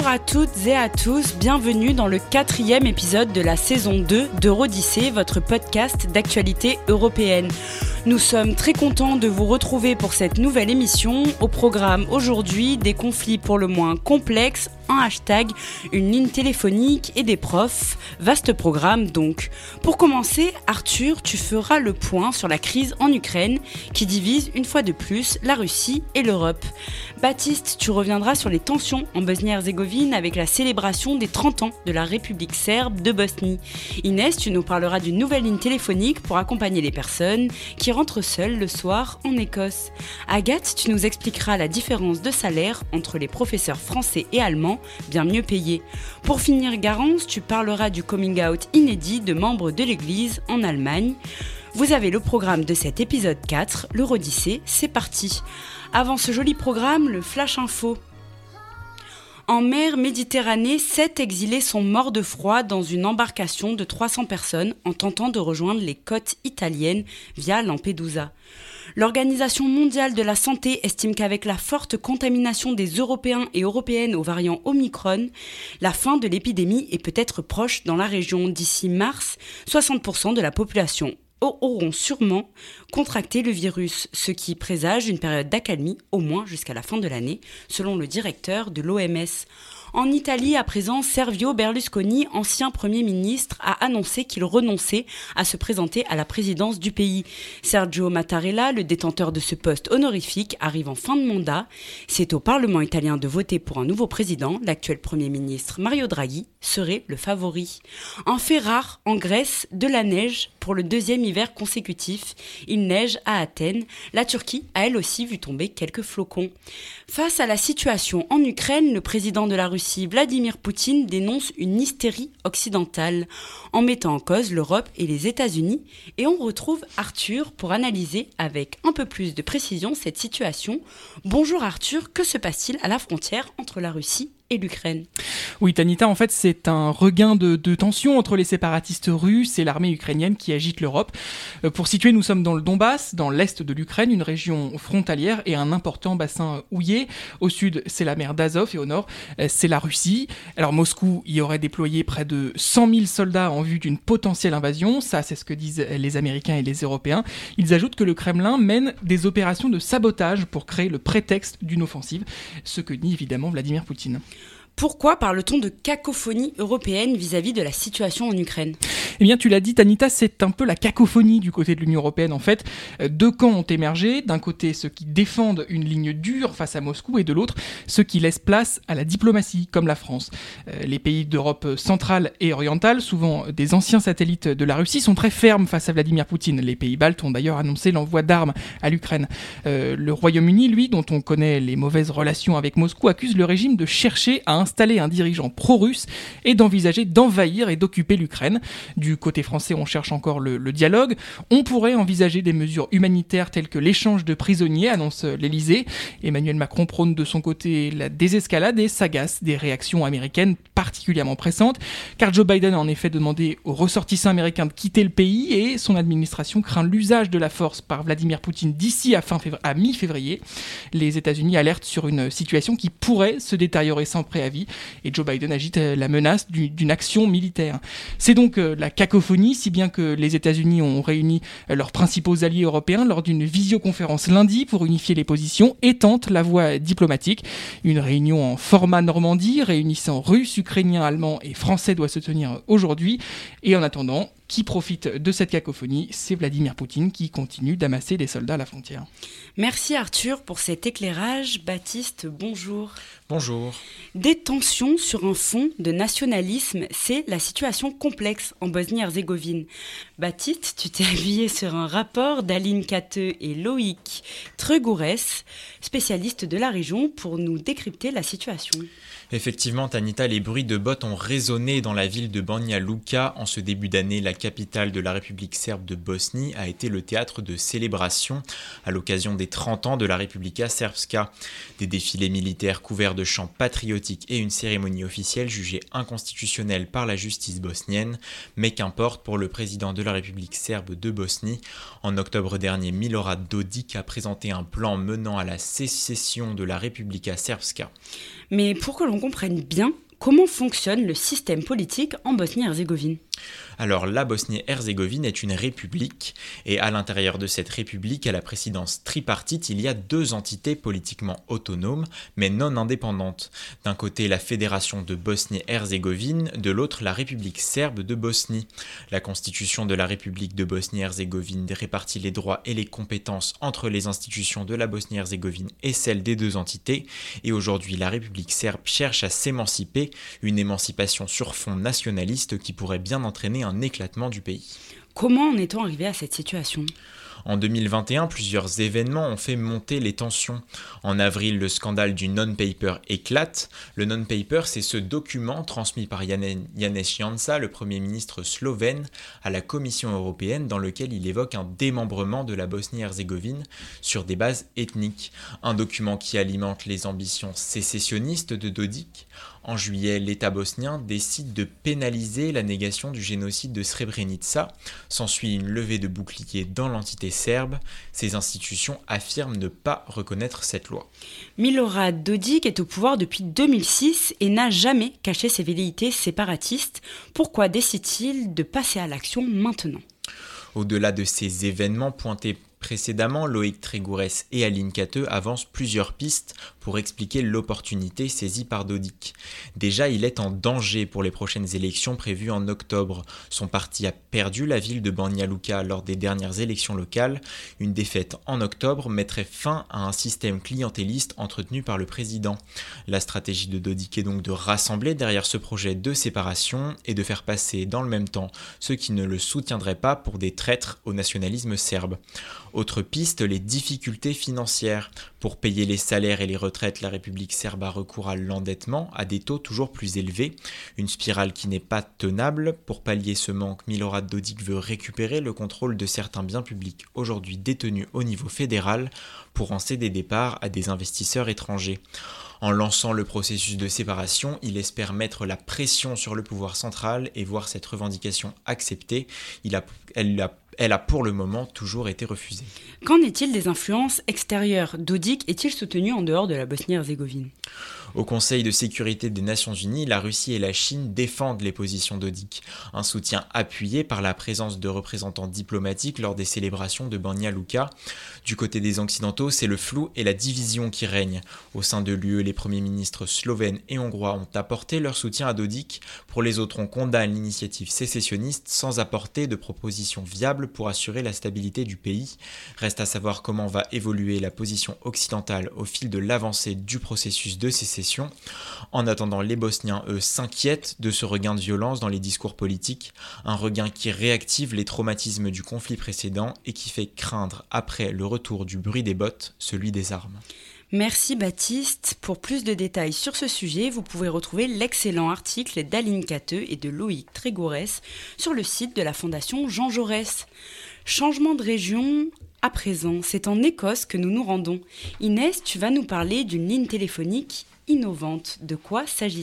Bonjour à toutes et à tous, bienvenue dans le 4e épisode de la saison 2 d'Eurodyssée, votre podcast d'actualité européenne. Nous sommes très contents de vous retrouver pour cette nouvelle émission. Au programme aujourd'hui, des conflits pour le moins complexes, un hashtag, une ligne téléphonique et des profs. Vaste programme donc. Pour commencer, Arthur, tu feras le point sur la crise en Ukraine qui divise une fois de plus la Russie et l'Europe. Baptiste, tu reviendras sur les tensions en Bosnie-Herzégovine avec la célébration des 30 ans de la République serbe de Bosnie. Inès, tu nous parleras d'une nouvelle ligne téléphonique pour accompagner les personnes qui rentrent seules le soir en Écosse. Agathe, tu nous expliqueras la différence de salaire entre les professeurs français et allemands, bien mieux payés. Pour finir, Garance, tu parleras du coming out inédit de membres de l'Église en Allemagne. Vous avez le programme de cet épisode 4, l'Eurodyssée, c'est parti. Avant ce joli programme, le Flash Info. En mer Méditerranée, 7 exilés sont morts de froid dans une embarcation de 300 personnes en tentant de rejoindre les côtes italiennes via Lampedusa. L'Organisation mondiale de la santé estime qu'avec la forte contamination des Européens et Européennes au variant Omicron, la fin de l'épidémie est peut-être proche dans la région. D'ici mars, 60% de la population auront sûrement contracté le virus, ce qui présage une période d'accalmie au moins jusqu'à la fin de l'année, selon le directeur de l'OMS. En Italie, à présent, Silvio Berlusconi, ancien Premier ministre, a annoncé qu'il renonçait à se présenter à la présidence du pays. Sergio Mattarella, le détenteur de ce poste honorifique, arrive en fin de mandat. C'est au Parlement italien de voter pour un nouveau président. L'actuel Premier ministre, Mario Draghi, serait le favori. Un fait rare, en Grèce, de la neige pour le 2e hiver consécutif. Il neige à Athènes. La Turquie a elle aussi vu tomber quelques flocons. Face à la situation en Ukraine, le président de la Russie, Vladimir Poutine, dénonce une hystérie occidentale en mettant en cause l'Europe et les États-Unis. Et on retrouve Arthur pour analyser avec un peu plus de précision cette situation. Bonjour Arthur, que se passe-t-il à la frontière entre la Russie et l'Ukraine? Oui, Tanita, en fait, c'est un regain de tension entre les séparatistes russes et l'armée ukrainienne qui agite l'Europe. Pour situer, nous sommes dans le Donbass, dans l'est de l'Ukraine, une région frontalière et un important bassin houiller. Au sud, c'est la mer d'Azov et au nord, c'est la Russie. Alors, Moscou y aurait déployé près de 100 000 soldats en vue d'une potentielle invasion. Ça, c'est ce que disent les Américains et les Européens. Ils ajoutent que le Kremlin mène des opérations de sabotage pour créer le prétexte d'une offensive, ce que nie évidemment Vladimir Poutine. Pourquoi parle-t-on de cacophonie européenne vis-à-vis de la situation en Ukraine ? Eh bien, tu l'as dit, Tanita, c'est un peu la cacophonie du côté de l'Union européenne. En fait, deux camps ont émergé. D'un côté, ceux qui défendent une ligne dure face à Moscou et de l'autre, ceux qui laissent place à la diplomatie, comme la France. Les pays d'Europe centrale et orientale, souvent des anciens satellites de la Russie, sont très fermes face à Vladimir Poutine. Les pays baltes ont d'ailleurs annoncé l'envoi d'armes à l'Ukraine. Le Royaume-Uni, lui, dont on connaît les mauvaises relations avec Moscou, accuse le régime de chercher à installer un dirigeant pro-russe et d'envisager d'envahir et d'occuper l'Ukraine. Du côté français, on cherche encore le dialogue. On pourrait envisager des mesures humanitaires telles que l'échange de prisonniers, annonce l'Elysée. Emmanuel Macron prône de son côté la désescalade et s'agace des réactions américaines particulièrement pressantes, car Joe Biden a en effet demandé aux ressortissants américains de quitter le pays et son administration craint l'usage de la force par Vladimir Poutine d'ici à mi-février. Les États-Unis alertent sur une situation qui pourrait se détériorer sans préavis et Joe Biden agite la menace d'une action militaire. C'est donc la cacophonie, si bien que les États-Unis ont réuni leurs principaux alliés européens lors d'une visioconférence lundi pour unifier les positions et tentent la voie diplomatique. Une réunion en format Normandie réunissant Russes, Ukrainiens, Allemands et Français doit se tenir aujourd'hui. Et en attendant, qui profite de cette cacophonie, c'est Vladimir Poutine qui continue d'amasser des soldats à la frontière. Merci Arthur pour cet éclairage. Baptiste, bonjour. Bonjour. Des tensions sur un fond de nationalisme, c'est la situation complexe en Bosnie-Herzégovine. Baptiste, tu t'es appuyé sur un rapport d'Aline Cateux et Loïc Tregourès, spécialistes de la région, pour nous décrypter la situation. Effectivement, Tanita, les bruits de bottes ont résonné dans la ville de Banja Luka en ce début d'année. La capitale de la République serbe de Bosnie, a été le théâtre de célébrations à l'occasion des 30 ans de la Republika Srpska. Des défilés militaires couverts de chants patriotiques et une cérémonie officielle jugée inconstitutionnelle par la justice bosnienne, mais qu'importe pour le président de la République serbe de Bosnie. En octobre dernier, Milorad Dodik a présenté un plan menant à la sécession de la Republika Srpska. Mais pour que l'on comprenne bien, comment fonctionne le système politique en Bosnie-Herzégovine ? Alors la Bosnie-Herzégovine est une république et à l'intérieur de cette république, à la présidence tripartite, il y a 2 entités politiquement autonomes mais non indépendantes. D'un côté la Fédération de Bosnie-Herzégovine, de l'autre la République serbe de Bosnie. La constitution de la République de Bosnie-Herzégovine répartit les droits et les compétences entre les institutions de la Bosnie-Herzégovine et celles des 2 entités et aujourd'hui la République serbe cherche à s'émanciper, une émancipation sur fond nationaliste qui pourrait bien entraîner un éclatement du pays. Comment en est-on arrivé à cette situation ? En 2021, plusieurs événements ont fait monter les tensions. En avril, le scandale du non-paper éclate. Le non-paper, c'est ce document transmis par Janez Janša, le Premier ministre slovène, à la Commission européenne dans lequel il évoque un démembrement de la Bosnie-Herzégovine sur des bases ethniques. Un document qui alimente les ambitions sécessionnistes de Dodik. En juillet, l'État bosnien décide de pénaliser la négation du génocide de Srebrenica. S'ensuit une levée de boucliers dans l'entité serbe. Ces institutions affirment ne pas reconnaître cette loi. Milorad Dodik est au pouvoir depuis 2006 et n'a jamais caché ses velléités séparatistes. Pourquoi décide-t-il de passer à l'action maintenant ? Au-delà de ces événements pointés précédemment, Loïc Trégourès et Aline Cateux avancent plusieurs pistes pour expliquer l'opportunité saisie par Dodik. Déjà, il est en danger pour les prochaines élections prévues en octobre. Son parti a perdu la ville de Banja Luka lors des dernières élections locales. Une défaite en octobre mettrait fin à un système clientéliste entretenu par le président. La stratégie de Dodik est donc de rassembler derrière ce projet de séparation et de faire passer dans le même temps ceux qui ne le soutiendraient pas pour des traîtres au nationalisme serbe. Autre piste, les difficultés financières. Pour payer les salaires et les retraites, la République serbe a recours à l'endettement à des taux toujours plus élevés. Une spirale qui n'est pas tenable. Pour pallier ce manque, Milorad Dodik veut récupérer le contrôle de certains biens publics aujourd'hui détenus au niveau fédéral pour en céder des parts à des investisseurs étrangers. En lançant le processus de séparation, il espère mettre la pression sur le pouvoir central et voir cette revendication acceptée. Elle a pour le moment toujours été refusée. Qu'en est-il des influences extérieures ? Dodik est-il soutenu en dehors de la Bosnie-Herzégovine ? Au Conseil de sécurité des Nations Unies, la Russie et la Chine défendent les positions Dodik. Un soutien appuyé par la présence de représentants diplomatiques lors des célébrations de Banja Luka. Du côté des Occidentaux, c'est le flou et la division qui règnent. Au sein de l'UE, les premiers ministres slovènes et hongrois ont apporté leur soutien à Dodik. Pour les autres, on condamne l'initiative sécessionniste sans apporter de propositions viables pour assurer la stabilité du pays. Reste à savoir comment va évoluer la position occidentale au fil de l'avancée du processus de sécession. En attendant, les Bosniens, eux, s'inquiètent de ce regain de violence dans les discours politiques, un regain qui réactive les traumatismes du conflit précédent et qui fait craindre, après le retour du bruit des bottes, celui des armes. Merci Baptiste. Pour plus de détails sur ce sujet, vous pouvez retrouver l'excellent article d'Aline Cateux et de Loïc Trégourès sur le site de la Fondation Jean Jaurès. Changement de région, à présent, c'est en Écosse que nous nous rendons. Inès, tu vas nous parler d'une ligne téléphonique innovante. De quoi s'agit-il ?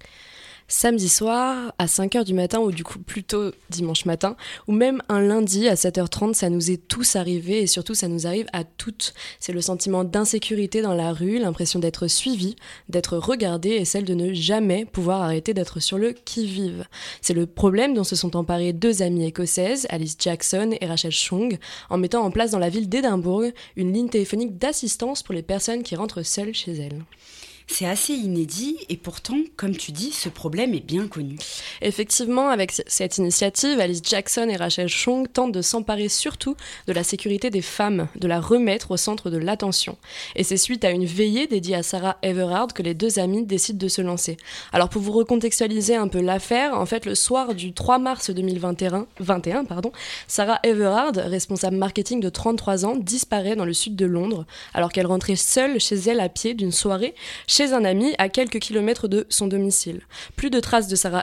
Samedi soir, à 5h du matin, ou du coup plutôt dimanche matin, ou même un lundi à 7h30, ça nous est tous arrivé et surtout ça nous arrive à toutes. C'est le sentiment d'insécurité dans la rue, l'impression d'être suivi, d'être regardé et celle de ne jamais pouvoir arrêter d'être sur le qui-vive. C'est le problème dont se sont emparées 2 amies écossaises, Alice Jackson et Rachel Chong, en mettant en place dans la ville d'Édimbourg une ligne téléphonique d'assistance pour les personnes qui rentrent seules chez elles. C'est assez inédit et pourtant, comme tu dis, ce problème est bien connu. Effectivement, avec cette initiative, Alice Jackson et Rachel Chong tentent de s'emparer surtout de la sécurité des femmes, de la remettre au centre de l'attention. Et c'est suite à une veillée dédiée à Sarah Everard que les 2 amies décident de se lancer. Alors pour vous recontextualiser un peu l'affaire, en fait le soir du 3 mars 2021, Sarah Everard, responsable marketing de 33 ans, disparaît dans le sud de Londres alors qu'elle rentrait seule chez elle à pied d'une soirée chez un ami à quelques kilomètres de son domicile. Plus de traces de Sarah Everard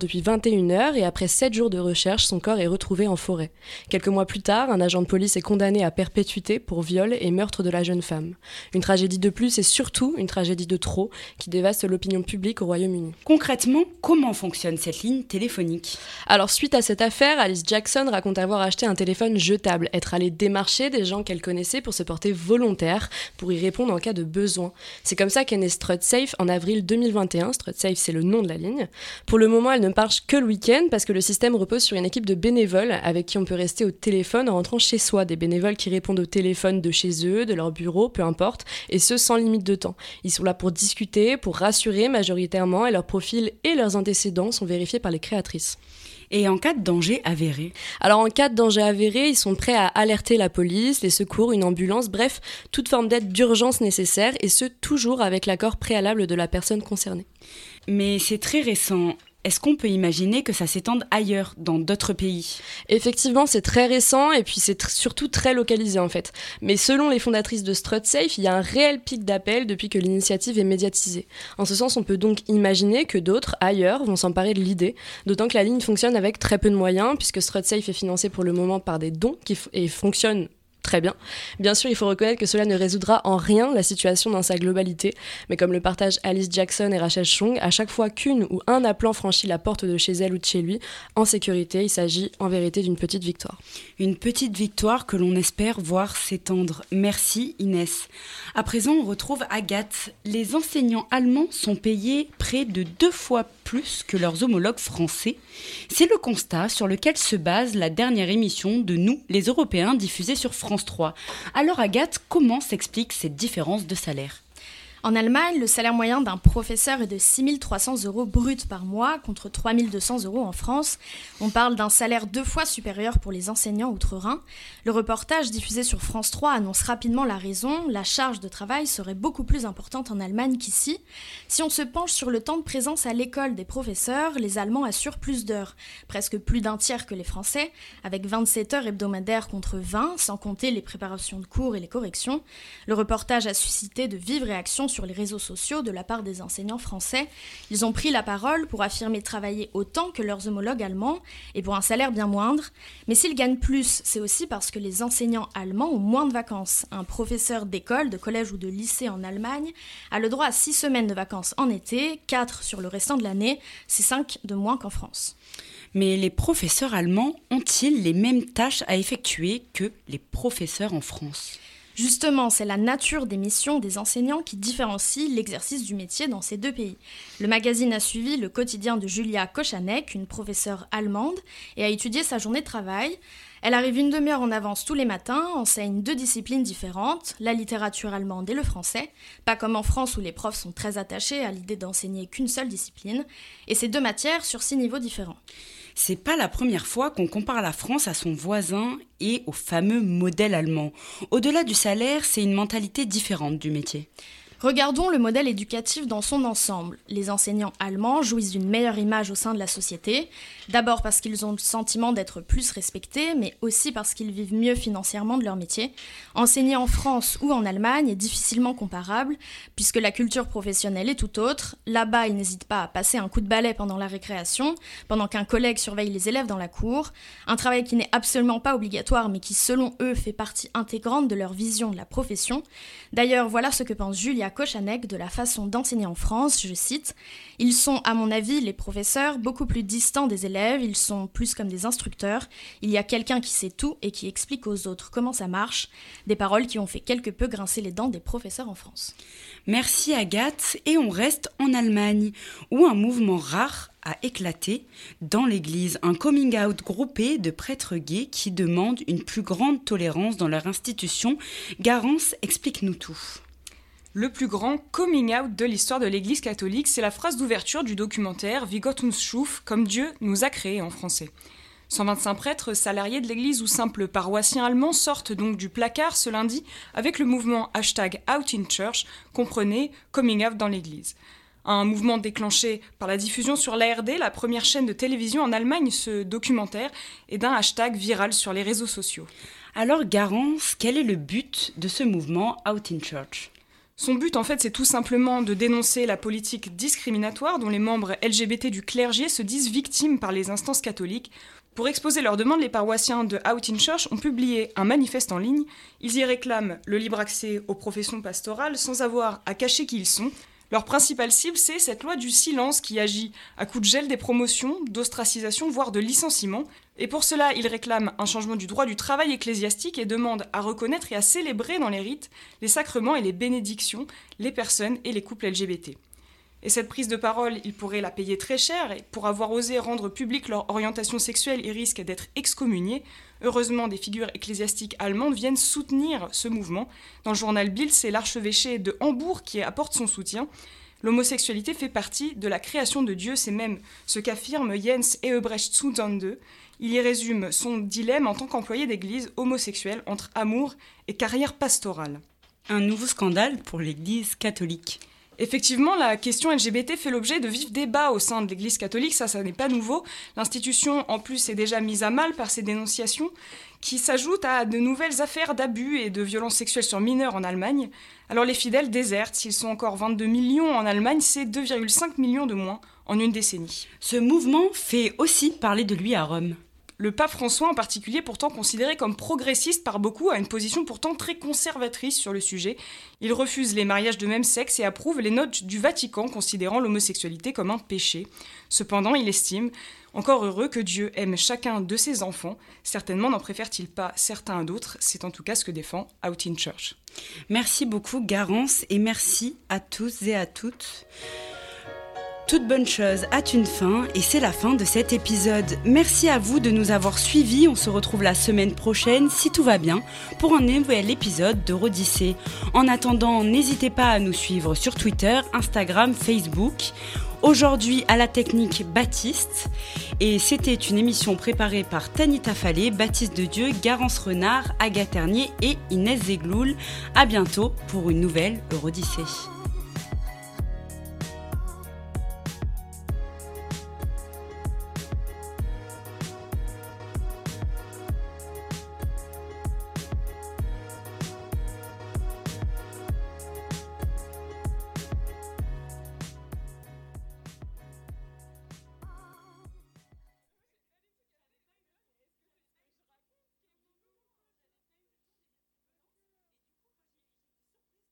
depuis 21 heures et après 7 jours de recherche, son corps est retrouvé en forêt. Quelques mois plus tard, un agent de police est condamné à perpétuité pour viol et meurtre de la jeune femme. Une tragédie de plus et surtout une tragédie de trop qui dévaste l'opinion publique au Royaume-Uni. Concrètement, comment fonctionne cette ligne téléphonique ? Alors suite à cette affaire, Alice Jackson raconte avoir acheté un téléphone jetable, être allée démarcher des gens qu'elle connaissait pour se porter volontaire, pour y répondre en cas de besoin. C'est comme ça qu'est né StrutSafe en avril 2021. StrutSafe, c'est le nom de la ligne. Pour le moment, elle ne marche que le week-end parce que le système repose sur une équipe de bénévoles avec qui on peut rester au téléphone en rentrant chez soi. Des bénévoles qui répondent au téléphone de chez eux, de leur bureau, peu importe, et ce sans limite de temps. Ils sont là pour discuter, pour rassurer majoritairement, et leurs profils et leurs antécédents sont vérifiés par les créatrices. Et en cas de danger avéré ? Alors en cas de danger avéré, ils sont prêts à alerter la police, les secours, une ambulance, bref, toute forme d'aide d'urgence nécessaire, et ce, toujours avec l'accord préalable de la personne concernée. Mais c'est très récent. Est-ce qu'on peut imaginer que ça s'étende ailleurs, dans d'autres pays ? Effectivement, c'est très récent et puis c'est surtout très localisé en fait. Mais selon les fondatrices de StrutSafe, il y a un réel pic d'appels depuis que l'initiative est médiatisée. En ce sens, on peut donc imaginer que d'autres, ailleurs, vont s'emparer de l'idée, d'autant que la ligne fonctionne avec très peu de moyens, puisque StrutSafe est financé pour le moment par des dons et fonctionne très bien. Bien sûr, il faut reconnaître que cela ne résoudra en rien la situation dans sa globalité, mais comme le partagent Alice Jackson et Rachel Chong, à chaque fois qu'une ou un appelant franchit la porte de chez elle ou de chez lui, en sécurité, il s'agit en vérité d'une petite victoire. Une petite victoire que l'on espère voir s'étendre. Merci Inès. À présent, on retrouve Agathe. Les enseignants allemands sont payés près de 2 fois plus que leurs homologues français. C'est le constat sur lequel se base la dernière émission de Nous, les Européens, diffusée sur France 3. Alors Agathe, comment s'explique cette différence de salaire ? En Allemagne, le salaire moyen d'un professeur est de 6 300 € bruts par mois contre 3 200 € en France. On parle d'un salaire 2 fois supérieur pour les enseignants outre-Rhin. Le reportage diffusé sur France 3 annonce rapidement la raison. La charge de travail serait beaucoup plus importante en Allemagne qu'ici. Si on se penche sur le temps de présence à l'école des professeurs, les Allemands assurent plus d'heures, presque plus d'un tiers que les Français, avec 27 heures hebdomadaires contre 20, sans compter les préparations de cours et les corrections. Le reportage a suscité de vives réactions sur les réseaux sociaux de la part des enseignants français. Ils ont pris la parole pour affirmer travailler autant que leurs homologues allemands et pour un salaire bien moindre. Mais s'ils gagnent plus, c'est aussi parce que les enseignants allemands ont moins de vacances. Un professeur d'école, de collège ou de lycée en Allemagne a le droit à 6 semaines de vacances en été, 4 sur le restant de l'année, c'est 5 de moins qu'en France. Mais les professeurs allemands ont-ils les mêmes tâches à effectuer que les professeurs en France ? Justement, c'est la nature des missions des enseignants qui différencie l'exercice du métier dans ces deux pays. Le magazine a suivi le quotidien de Julia Kochanek, une professeure allemande, et a étudié sa journée de travail. Elle arrive une demi-heure en avance tous les matins, enseigne 2 disciplines différentes, la littérature allemande et le français, pas comme en France où les profs sont très attachés à l'idée d'enseigner qu'une seule discipline, et ces 2 matières sur 6 niveaux différents. C'est pas la première fois qu'on compare la France à son voisin et au fameux modèle allemand. Au-delà du salaire, c'est une mentalité différente du métier. Regardons le modèle éducatif dans son ensemble. Les enseignants allemands jouissent d'une meilleure image au sein de la société, d'abord parce qu'ils ont le sentiment d'être plus respectés, mais aussi parce qu'ils vivent mieux financièrement de leur métier. Enseigner en France ou en Allemagne est difficilement comparable, puisque la culture professionnelle est tout autre. Là-bas, ils n'hésitent pas à passer un coup de balai pendant la récréation, pendant qu'un collègue surveille les élèves dans la cour. Un travail qui n'est absolument pas obligatoire, mais qui, selon eux, fait partie intégrante de leur vision de la profession. D'ailleurs, voilà ce que pense Julia Kochanek de la façon d'enseigner en France, je cite « Ils sont, à mon avis, les professeurs, beaucoup plus distants des élèves, ils sont plus comme des instructeurs. Il y a quelqu'un qui sait tout et qui explique aux autres comment ça marche. » Des paroles qui ont fait quelque peu grincer les dents des professeurs en France. Merci Agathe, et on reste en Allemagne, où un mouvement rare a éclaté dans l'Église, un coming out groupé de prêtres gays qui demandent une plus grande tolérance dans leur institution. Garance, explique-nous tout. Le plus grand coming out de l'histoire de l'Église catholique, c'est la phrase d'ouverture du documentaire « Wie Gott uns schuf », comme Dieu nous a créés en français. 125 prêtres salariés de l'Église ou simples paroissiens allemands sortent donc du placard ce lundi avec le mouvement #OutInChurch, comprenez Coming Out dans l'Église. Un mouvement déclenché par la diffusion sur l'ARD, la première chaîne de télévision en Allemagne, ce documentaire, et d'un hashtag viral sur les réseaux sociaux. Alors Garance, quel est le but de ce mouvement Out in Church ? Son but, en fait, c'est tout simplement de dénoncer la politique discriminatoire dont les membres LGBT du clergé se disent victimes par les instances catholiques. Pour exposer leurs demandes, les paroissiens de Out in Church ont publié un manifeste en ligne. Ils y réclament le libre accès aux professions pastorales sans avoir à cacher qui ils sont. Leur principale cible, c'est cette loi du silence qui agit à coup de gel des promotions, d'ostracisation, voire de licenciement. Et pour cela, ils réclament un changement du droit du travail ecclésiastique et demandent à reconnaître et à célébrer dans les rites les sacrements et les bénédictions, les personnes et les couples LGBT. Et cette prise de parole, ils pourraient la payer très cher, et pour avoir osé rendre publique leur orientation sexuelle, ils risquent d'être excommuniés. Heureusement, des figures ecclésiastiques allemandes viennent soutenir ce mouvement. Dans le journal Bild, c'est l'archevêché de Hambourg qui apporte son soutien. L'homosexualité fait partie de la création de Dieu, c'est même ce qu'affirme Jens Ehebrecht Zuntande. Il y résume son dilemme en tant qu'employé d'église homosexuel entre amour et carrière pastorale. Un nouveau scandale pour l'Église catholique. Effectivement, la question LGBT fait l'objet de vifs débats au sein de l'Église catholique, ça n'est pas nouveau. L'institution, en plus, est déjà mise à mal par ces dénonciations qui s'ajoutent à de nouvelles affaires d'abus et de violences sexuelles sur mineurs en Allemagne. Alors les fidèles désertent, s'ils sont encore 22 millions en Allemagne, c'est 2,5 millions de moins en une décennie. Ce mouvement fait aussi parler de lui à Rome. Le pape François en particulier, pourtant considéré comme progressiste par beaucoup, a une position pourtant très conservatrice sur le sujet. Il refuse les mariages de même sexe et approuve les notes du Vatican considérant l'homosexualité comme un péché. Cependant, il estime encore heureux que Dieu aime chacun de ses enfants. Certainement n'en préfère-t-il pas certains à d'autres. C'est en tout cas ce que défend Out in Church. Merci beaucoup Garance et merci à tous et à toutes. Toute bonne chose a une fin et c'est la fin de cet épisode. Merci à vous de nous avoir suivis. On se retrouve la semaine prochaine, si tout va bien, pour un nouvel épisode d'Eurodyssée. En attendant, n'hésitez pas à nous suivre sur Twitter, Instagram, Facebook. Aujourd'hui, à la technique, Baptiste. Et c'était une émission préparée par Tanita Fallet, Baptiste de Dieu, Garance Renard, Agathe Ternier et Inès Zegloul. À bientôt pour une nouvelle Eurodyssée.